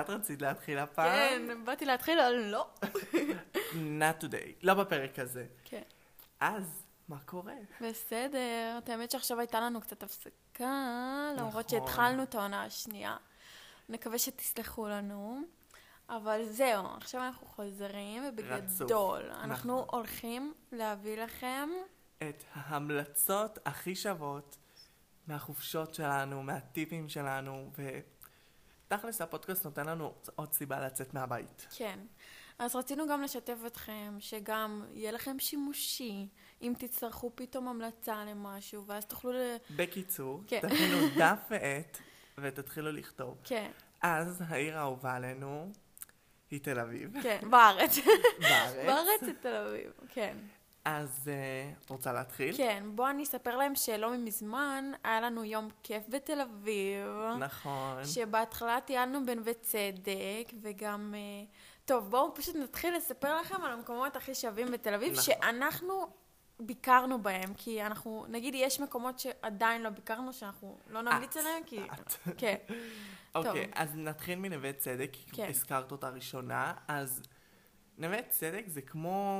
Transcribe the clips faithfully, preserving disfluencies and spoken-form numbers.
את רצית להתחיל הפעם? כן, באתי להתחיל, אבל לא. Not today, לא בפרק הזה. כן. אז, מה קורה? בסדר, את האמת שעכשיו הייתה לנו קצת הפסקה, למרות נכון. שהתחלנו את העונה השנייה. נקווה שתסלחו לנו. אבל זהו, עכשיו אנחנו חוזרים, ובגדול, רצוף, אנחנו נכון. הולכים להביא לכם את ההמלצות הכי שוות מהחופשות שלנו, מהטיפים שלנו, ותכלס הפודקאסט נותן לנו עוד סיבה לצאת מהבית. כן. אז רצינו גם לשתף אתכם, שגם יהיה לכם שימושי, אם תצטרכו פתאום המלצה למשהו, ואז תוכלו ל... בקיצור, כן. תכינו דף ועט ותתחילו לכתוב. כן, אז העיר האהובה עלינו היא תל אביב. כן, בארץ. בארץ. בארץ זה תל אביב, כן. אז uh, רוצה להתחיל? כן, בוא אני אספר להם שלא מזמן היה לנו יום כיף בתל אביב. נכון. שבהתחלה טיילנו בנווה צדק, וגם... אה, טוב, בואו פשוט נתחיל לספר לכם על המקומות הכי שווים בתל אביב, נכון. שאנחנו ביקרנו בהם, כי אנחנו, נגיד, יש מקומות שעדיין לא ביקרנו, שאנחנו לא נמליץ עליהם, כי... את. כן. אוקיי, אז נתחיל מנווה צדק, כי כן. הזכרת אותה ראשונה. אז נווה צדק זה כמו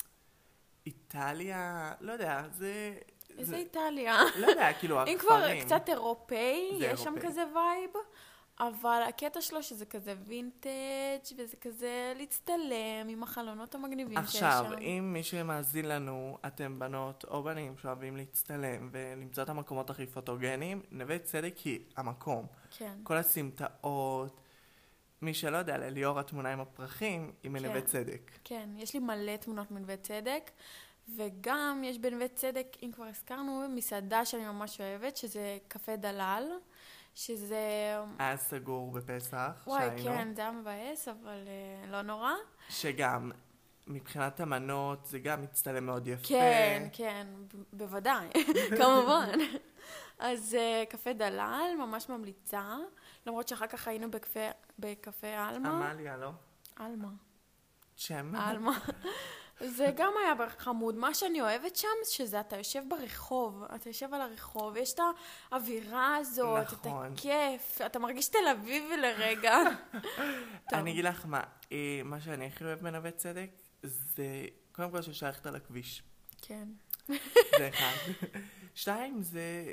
איטליה, לא יודע, זה... איזה איטליה. לא יודע, כאילו אם כבר הכפרים. קצת אירופאי, זה יש שם אירופאי. כזה וייב, אבל הקטע שלו שזה כזה וינטג' וזה כזה להצטלם עם החלונות המגניבים שיש שם. עכשיו, אם מי שמאזין לנו, אתם בנות או בנים שאוהבים להצטלם ולמצוא את המקומות הכי פוטוגניים, נווה צדק היא המקום. כן. כל הסמטאות, מי שלא יודע, לליאור התמונה עם הפרחים, היא מנווה כן. צדק. כן, יש לי מלא תמונות מנווה צדק, וגם יש בנווה צדק, אם כבר הזכרנו, מסעדה שאני ממש אוהבת, שזה קפה דלל, שזה... היה סגור בפסח, וואי, שהיינו. כן, זה היה מבאס, אבל uh, לא נורא. שגם, מבחינת המנות, זה גם מצטלם מאוד יפה. כן, כן, ב- בוודאי, כמובן. אז uh, קפה דלל, ממש ממליצה, למרות שאחר כך היינו בקפה, בקפה אלמה. עמליה, לא? אלמה. שם? אלמה. זה גם היה חמוד. מה שאני אוהבת שם, שזה אתה יושב ברחוב, אתה יושב על הרחוב, יש את האווירה הזאת, נכון. את הכיף, אתה מרגיש תל אביב לרגע. טוב. אני אגיד לך מה, אה, מה שאני הכי אוהב בנווה צדק, זה קודם כל ששייכת על הכביש. כן. זה אחד. שתיים, זה...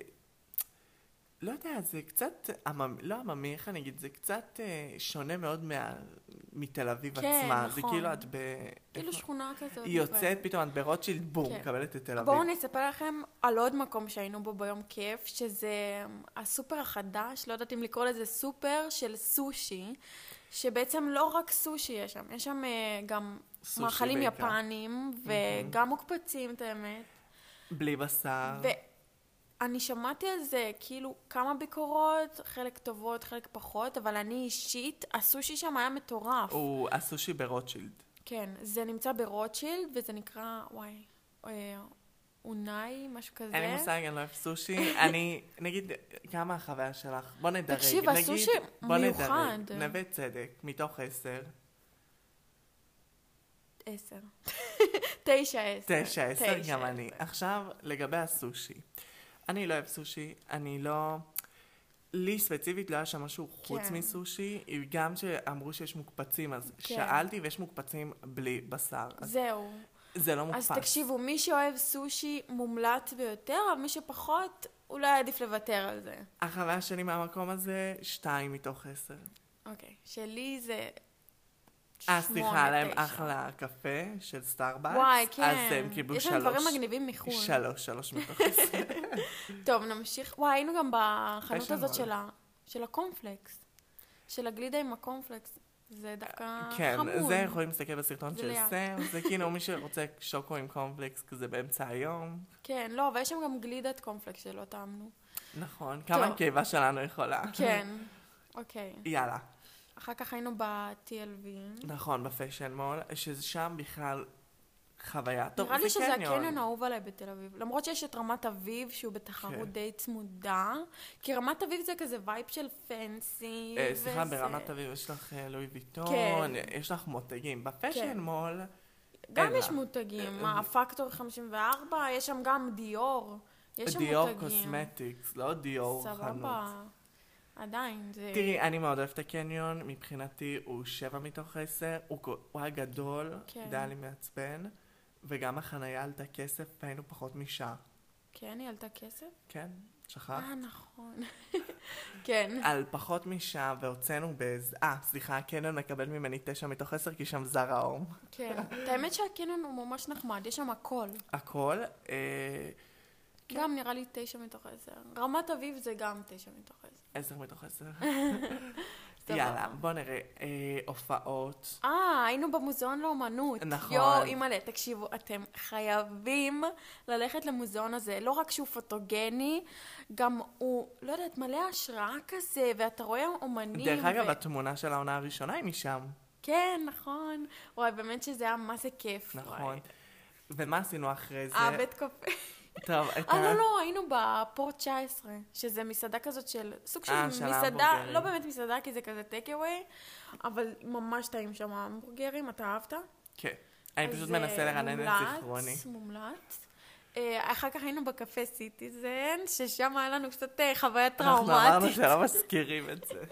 לא יודע, זה קצת, עממ, לא עממי, איך אני אגיד, זה קצת אה, שונה מאוד מה, מתל אביב כן, עצמה. נכון. זה כאילו את ב... כאילו שכונה כזאת. היא יוצאת פתאום, את ברוטשילד, בום, כן. מקבלת את תל אביב. בואו אני אספר לכם על עוד מקום שהיינו בו ביום כיף, שזה הסופר החדש, לא יודעת אם לקרוא לזה סופר של סושי, שבעצם לא רק סושי יש שם, יש שם אה, גם סושי מאכלים בעיקר. יפנים, וגם מוקפצים, את האמת. בלי בשר. ואני שמעתי על זה כאילו כמה ביקורות, חלק טובות, חלק פחות, אבל אני אישית, הסושי שם היה מטורף. הוא הסושי ברוטשילד. כן, זה נמצא ברוטשילד, וזה נקרא, וואי, אה, אונאי, משהו כזה. אין לי מושג, אני לא אוהב סושי. אני, נגיד, כמה החוויה שלך? בוא נדרג. תקשיב, נגיד, הסושי בוא מיוחד. נדרג. נווה צדק, מתוך עשר. עשר. תשע עשר. תשע, עשר, גם אני. עכשיו, לגבי הסושי. אני לא אוהב סושי, אני לא... לי ספציפית לא היה שם משהו חוץ כן. מסושי, גם שאמרו שיש מוקפצים, אז כן. שאלתי ויש מוקפצים בלי בשר. אז זהו. זה לא מוקפץ. אז תקשיבו, מי שאוהב סושי מומלץ ביותר, אבל מי שפחות, אולי עדיף לוותר על זה. החוויה שלי מהמקום הזה, שתיים מתוך עשר. אוקיי. שלי זה... אה, סליחה, שמונה, להם תשע. אחלה קפה של סטארבקס. וואי, כן. אז הם קיבלו יש להם שלוש. דברים מגניבים מחו"ל. שלוש, שלוש מתוך עשר. טוב, נמשיך. וואי, היינו גם בחנות Fashion הזאת Mall. של, ה... של הקומפלקס. של הגלידה עם הקומפלקס. זה דווקא כן, חמוד. זה יכולים להסתכל בסרטון זה של ליד. סם, זה כאילו מי שרוצה שוקו עם קומפלקס כזה באמצע היום. כן, לא, אבל יש שם גם גלידת קומפלקס שלא טעמנו. נכון, כמה הקיבה שלנו יכולה. כן, אוקיי. יאללה. אחר כך היינו ב-טי אל וי. נכון, בפשן מול, שזה שם בכלל חוויה. טוב, נראה לי שזה קניון. הקניון האהוב עליי בתל אביב. למרות שיש את רמת אביב, שהוא בתחרות כן. די צמודה. כי רמת אביב זה כזה וייב של פנסי. אה, סליחה, וזה- ברמת אביב יש לך אה, לואי ויטון, כן. יש לך מותגים. בפשן כן. מול, גם אין יש לה. מותגים. אה, הפקטור חמישים וארבע, יש שם גם דיור. יש שם דיור מותגים. קוסמטיקס, לא דיור חנות. סבבה. עדיין, זה... תראי, אני מאוד אוהבת את הקניון, מבחינתי הוא שבע מתוך עשר, הוא, הוא היה גדול, כן. די לי מעצבן, וגם החנייה עלתה כסף, והיינו פחות משעה. כן, היא עלתה כסף? כן, שכחת? אה, נכון. כן. על פחות משעה, והוצאנו באיזה... אה, סליחה, הקניון מקבל ממני תשע מתוך עשר, כי שם זר האום. כן. האמת שהקניון הוא ממש נחמד, יש שם הכל. הכל. אה, גם נראה לי תשע מתוך עשר. רמת אביב זה גם תשע מתוך עשר. עשר מתוך עשר. יאללה, בוא נראה. אה, הופעות. אה, היינו במוזיאון לאומנות. נכון. יו, אימא'לה, תקשיבו, אתם חייבים ללכת למוזיאון הזה. לא רק שהוא פוטוגני, גם הוא, לא יודעת, מלא השראה כזה, ואתה רואה אומנים. דרך אגב, ו... התמונה של העונה הראשונה היא משם. כן, נכון. וואי, באמת שזה היה מה זה כיף. נכון. וואי. ומה עשינו אחרי זה? אה, בית קפה. טוב, את אה, לא, לא, היינו בפורט תשע עשרה, שזה מסעדה כזאת של, סוג של אה, של מסעדה, ההמבורגרים. לא באמת מסעדה, כי זה כזה טייק אווי, אבל ממש טעים שם המבורגרים, אתה אהבת? כן. אני פשוט מנסה לרענן את זיכרוני. מומלץ, מומלץ. אה, אחר כך היינו בקפה סיטיזן, ששם היה לנו קצת אה, חוויה אנחנו אמרנו טראומטית. שלא מזכירים את זה.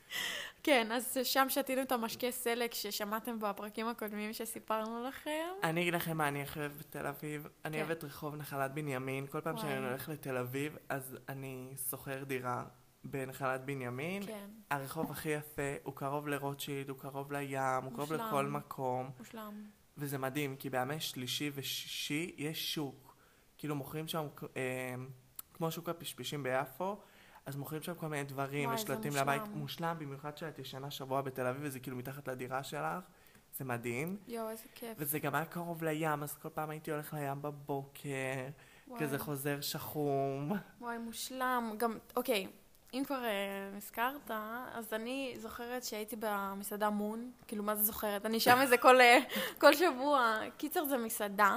כן, אז שם שתינו את המשקה סלק ששמעתם בפרקים הקודמים שסיפרנו לכם. אני אגיד לכם מה אני הכי אוהב בתל אביב. אני כן. אוהב את רחוב נחלת בנימין. כל פעם וואי. שאני הולך לתל אביב, אז אני שוכר דירה בנחלת בנימין. כן, הרחוב הכי יפה, הוא קרוב לרוטשילד, הוא קרוב לים, הוא קרוב מושלם. לכל מקום. מושלם. וזה מדהים, כי בימי שלישי ושישי יש שוק. כאילו מוכרים שם, אה, כמו שוק הפשפשים ביפו, אז מוכרים שם כל מיני דברים, וואי, זה ושלטים מושלם. לבית. מושלם, במיוחד שאת ישנה שבוע בתל אביב, וזה כאילו מתחת לדירה שלך. זה מדהים. יואו, איזה כיף. וזה גם היה קרוב לים, אז כל פעם הייתי הולך לים בבוקר, וואי. כזה חוזר שחום. וואי, מושלם. גם, אוקיי, אם כבר אה, הזכרת, אז אני זוכרת שהייתי במסעדה מון, כאילו, מה זה זוכרת? אני שם איזה כל, אה, כל שבוע. קיצר, זה מסעדה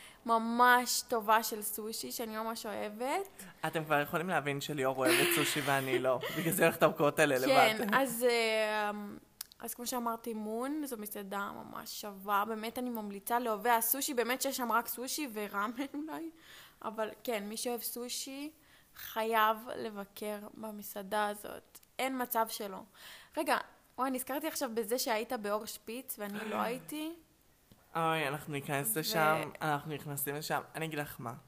ממש טובה של סושי, שאני ממש אוהבת. אתם כבר יכולים להבין שליאור אוהבת סושי ואני לא. בגלל זה הולך את המקומות האלה לבד. כן, אז, אה, אז כמו שאמרתי, מון, זו מסעדה ממש שווה. באמת אני ממליצה לאוהבי הסושי, באמת שיש שם רק סושי וראמן אולי. אבל כן, מי שאוהב סושי חייב לבקר במסעדה הזאת. אין מצב שלא. רגע, וואי, נזכרתי עכשיו בזה שהיית באור שפיץ ואני לא הייתי. אוי, אנחנו ניכנס לשם, אנחנו נכנסים לשם. אני אגיד לך מה.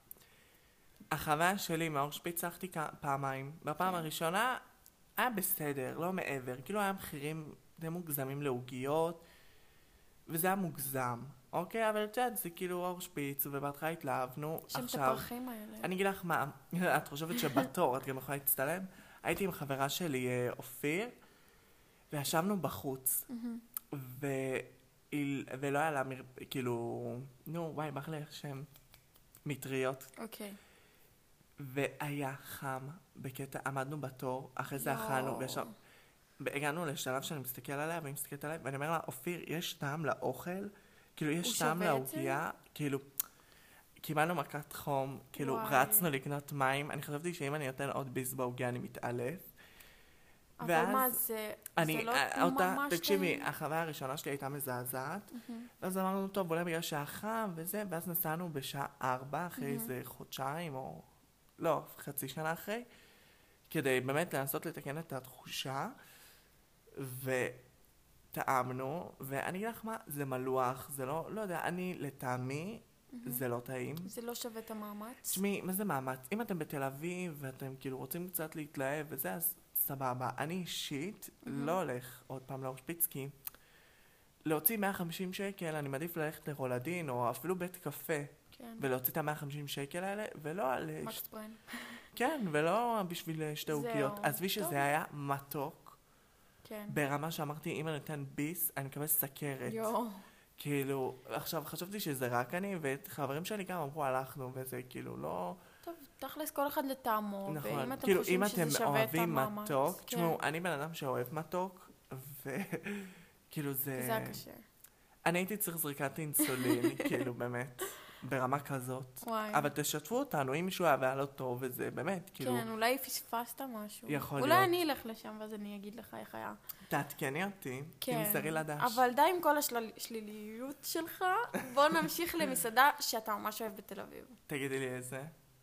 החוויה שלי מאורשפיץ צחתי פעמיים. בפעם הראשונה היה בסדר, לא מעבר. כאילו היה מחירים די מוגזמים לעוגיות, וזה היה מוגזם. אוקיי, אבל את יודעת, זה כאילו אורשפיץ, ובהתחלה התלהבנו. שם את הפרחים האלה. אני אגיד לך מה, את חושבת שבתור את גם יכולה להצטלם? הייתי עם חברה שלי, אופיר, וישבנו בחוץ, ו... ולא היה לה, מר... כאילו, נו, וואי, בח לי שם, מטריות. אוקיי. והיה חם בקטע, עמדנו בתור, אחרי זה אכלנו, וישר, הגענו לשלב שאני מסתכל עליה, והיא מסתכלת עליה, ואני אומר לה, אופיר, יש טעם לאוכל? כאילו, יש טעם להוגיה? כאילו, קיבלנו מכת חום, כאילו, וואי. רצנו לקנות מים, אני חשבתי שאם אני נותן עוד ביס בהוגיה, אני מתעלף. אבל ואז מה זה? אני, זה לא אותה, ממש תקשיבי, טעים? החוויה הראשונה שלי הייתה מזעזעת, ואז אמרנו, טוב, אולי בגלל שהיה חם וזה, ואז נסענו בשעה ארבע, אחרי איזה חודשיים, או לא, חצי שנה אחרי, כדי באמת לנסות לתקן את התחושה, וטעמנו, ואני אגיד לך מה, זה מלוח, זה לא, לא יודע, אני לטעמי, זה לא טעים. זה לא שווה את המאמץ? תשמעי, מה זה מאמץ? אם אתם בתל אביב, ואתם כאילו רוצים קצת להתלהב וזה, אז סבבה. אני אישית לא הולך עוד פעם לאושפיץ, כי להוציא מאה וחמישים שקל, אני מעדיף ללכת לרולדין, או אפילו בית קפה, כן. ולהוציא את ה-מאה וחמישים שקל האלה, ולא על... מקס בריין. כן, ולא בשביל שתי עוגיות. זהו. עזבי טוב. שזה היה מתוק, כן. ברמה שאמרתי, אם אני נותן ביס, אני מקבל סכרת. יו. כאילו, עכשיו חשבתי שזה רק אני, וחברים שלי גם אמרו, הלכנו, וזה כאילו לא... טוב, תכלס כל אחד לטעמו, נכון, ואם אתם כאילו חושבים אם שזה אתם שווה את המאמץ. אוהבים מתוק, כן. תשמעו, אני בן אדם שאוהב מתוק, וכאילו זה... זה היה קשה. אני הייתי צריך זריקת אינסולין, כאילו באמת, ברמה כזאת. וואי. אבל תשתפו אותנו, אם מישהו היה לא טוב, וזה באמת, כאילו, כן, אולי פספסת משהו. יכול אולי להיות. אני אלך לשם ואז אני אגיד לך איך היה. תעדכני אותי, כן. תמסרי לדש. אבל די עם כל השליליות שלך, בוא נמשיך למסעדה שאתה ממש אוהב בתל אביב. תגידי לי איזה.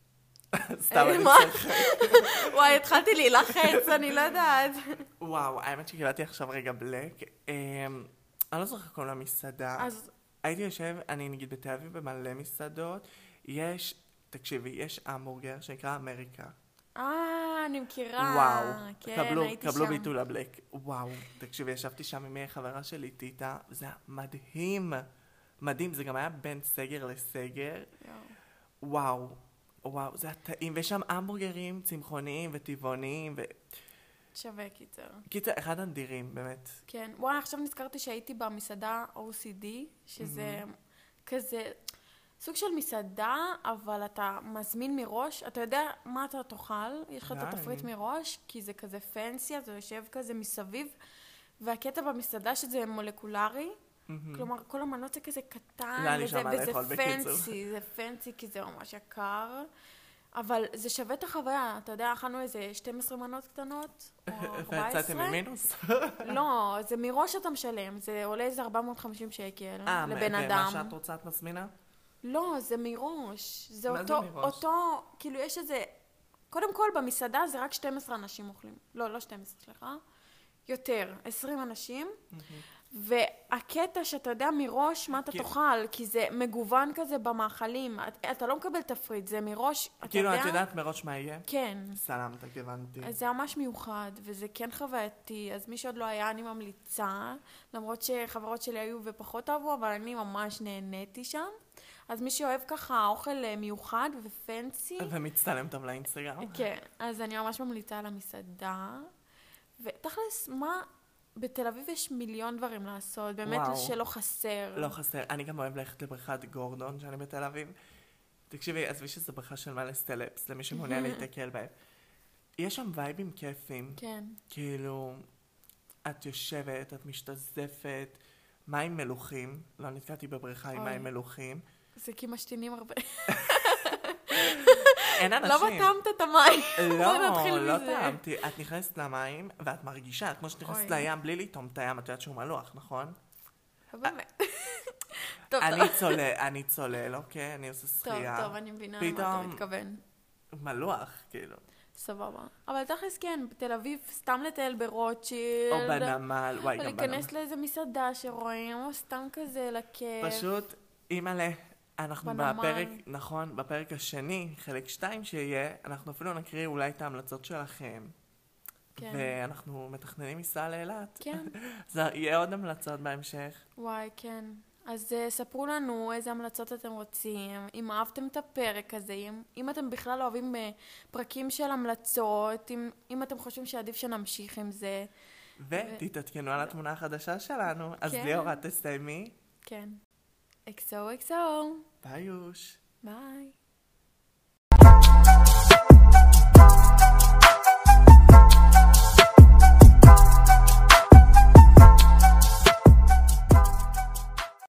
סתם אני מה? צוחק. וואי, התחלתי להילחץ, אני לא יודעת. וואו, האמת שקיבלתי עכשיו רגע בלק. אמ, אני לא זוכר כל המסעדה. אז הייתי יושב, אני נגיד בתל אביב במלא מסעדות. יש, תקשיבי, יש המבורגר שנקרא אמריקה. אה, אני מכירה. וואו, כן, קבלו, הייתי קבלו שם. ביטול הבלק. וואו, תקשיבי, ישבתי שם עם חברה שלי, טיטה, זה היה מדהים. מדהים, זה גם היה בין סגר לסגר. יואו. וואו, וואו, זה היה טעים. ויש שם המבורגרים צמחוניים וטבעוניים. ו... שווה קיצר. קיצר, אחד הנדירים, באמת. כן. וואי, עכשיו נזכרתי שהייתי במסעדה או סי די, שזה כזה סוג של מסעדה, אבל אתה מזמין מראש, אתה יודע מה אתה תאכל, יש לך את די. התפריט מראש, כי זה כזה פנסי, אז הוא יושב כזה מסביב, והקטע במסעדה שזה מולקולרי, כלומר, כל המנות זה כזה קטן, לא, אני וזה, שמה וזה לאכול, בקיצור. פנסי, זה פנסי כי זה ממש יקר, אבל זה שווה את החוויה, אתה יודע, אכלנו איזה שתים עשרה מנות קטנות, או ארבע עשרה. ויצאתם ממינוס? לא, זה מראש אתה משלם, זה עולה איזה ארבע מאות וחמישים שקל אה, לבן ומה אדם. שאת רוצה את מזמינה? לא, זה מראש. זה מה אותו, זה מראש? אותו, כאילו יש איזה, קודם כל במסעדה זה רק שתים עשרה אנשים אוכלים. לא, לא שתים עשרה, סליחה. יותר, עשרים אנשים. והקטע שאתה יודע מראש מה אתה כי- תאכל, כי זה מגוון כזה במאכלים. את- אתה לא מקבל תפריט, זה מראש, אתה יודע? כאילו, את יודעת מראש מה יהיה? כן. סלמת, הבנתי. אז זה ממש מיוחד, וזה כן חווייתי, אז מי שעוד לא היה, אני ממליצה, למרות שחברות שלי היו ופחות אהבו, אבל אני ממש נהניתי שם. אז מי שאוהב ככה אוכל אה, מיוחד ופנסי, ומצטלם אותם לאינסטגרם. כן, אז אני ממש ממליצה על המסעדה. ותכלס, מה, בתל אביב יש מיליון דברים לעשות, באמת וואו. שלא חסר. לא חסר. אני גם אוהב ללכת לבריכת גורדון, שאני בתל אביב. תקשיבי, עזבי שזו בריכה של מלא סטלפס, למי שמעוניין להתקל בהם. יש שם וייבים כיפים. כן. כאילו, את יושבת, את משתזפת, מים מלוכים. לא נתקעתי בבריכה עם אוי. מים מלוכים. זה כי משתינים הרבה. אין אנשים. למה טעמת את המים? בוא נתחיל לא, לא מזה. טעמתי. את נכנסת למים, ואת מרגישה, כמו שאת נכנסת אוי. לים בלי לטעום את הים, את יודעת שהוא מלוח, נכון? באמת. טוב, אני טוב. צולל, אני צולל, אוקיי? אני עושה טוב, שחייה. טוב, אני מבינה למה אתה פתאום- מתכוון. מלוח, כאילו. סבבה. אבל תכלס כן, בתל אביב, סתם לטייל ברוטשילד. או בנמל, וואי, או גם בנמל. להיכנס לאיזה מסעדה שרואים, או סתם כזה לכיף. פשוט, אימא'לה, אנחנו בנמל. בפרק, נכון, בפרק השני, חלק שתיים שיהיה, אנחנו אפילו נקריא אולי את ההמלצות שלכם. כן. ואנחנו מתכננים מסע לאילת. כן. זה יהיה עוד המלצות בהמשך. וואי, כן. אז uh, ספרו לנו איזה המלצות אתם רוצים, אם אהבתם את הפרק הזה, אם, אם אתם בכלל אוהבים uh, פרקים של המלצות, אם, אם אתם חושבים שעדיף שנמשיך עם זה. ותתעדכנו על התמונה החדשה שלנו. אז כן. ליאור, את תסיימי. כן. אקסו אקסו. ביי יוש. ביי.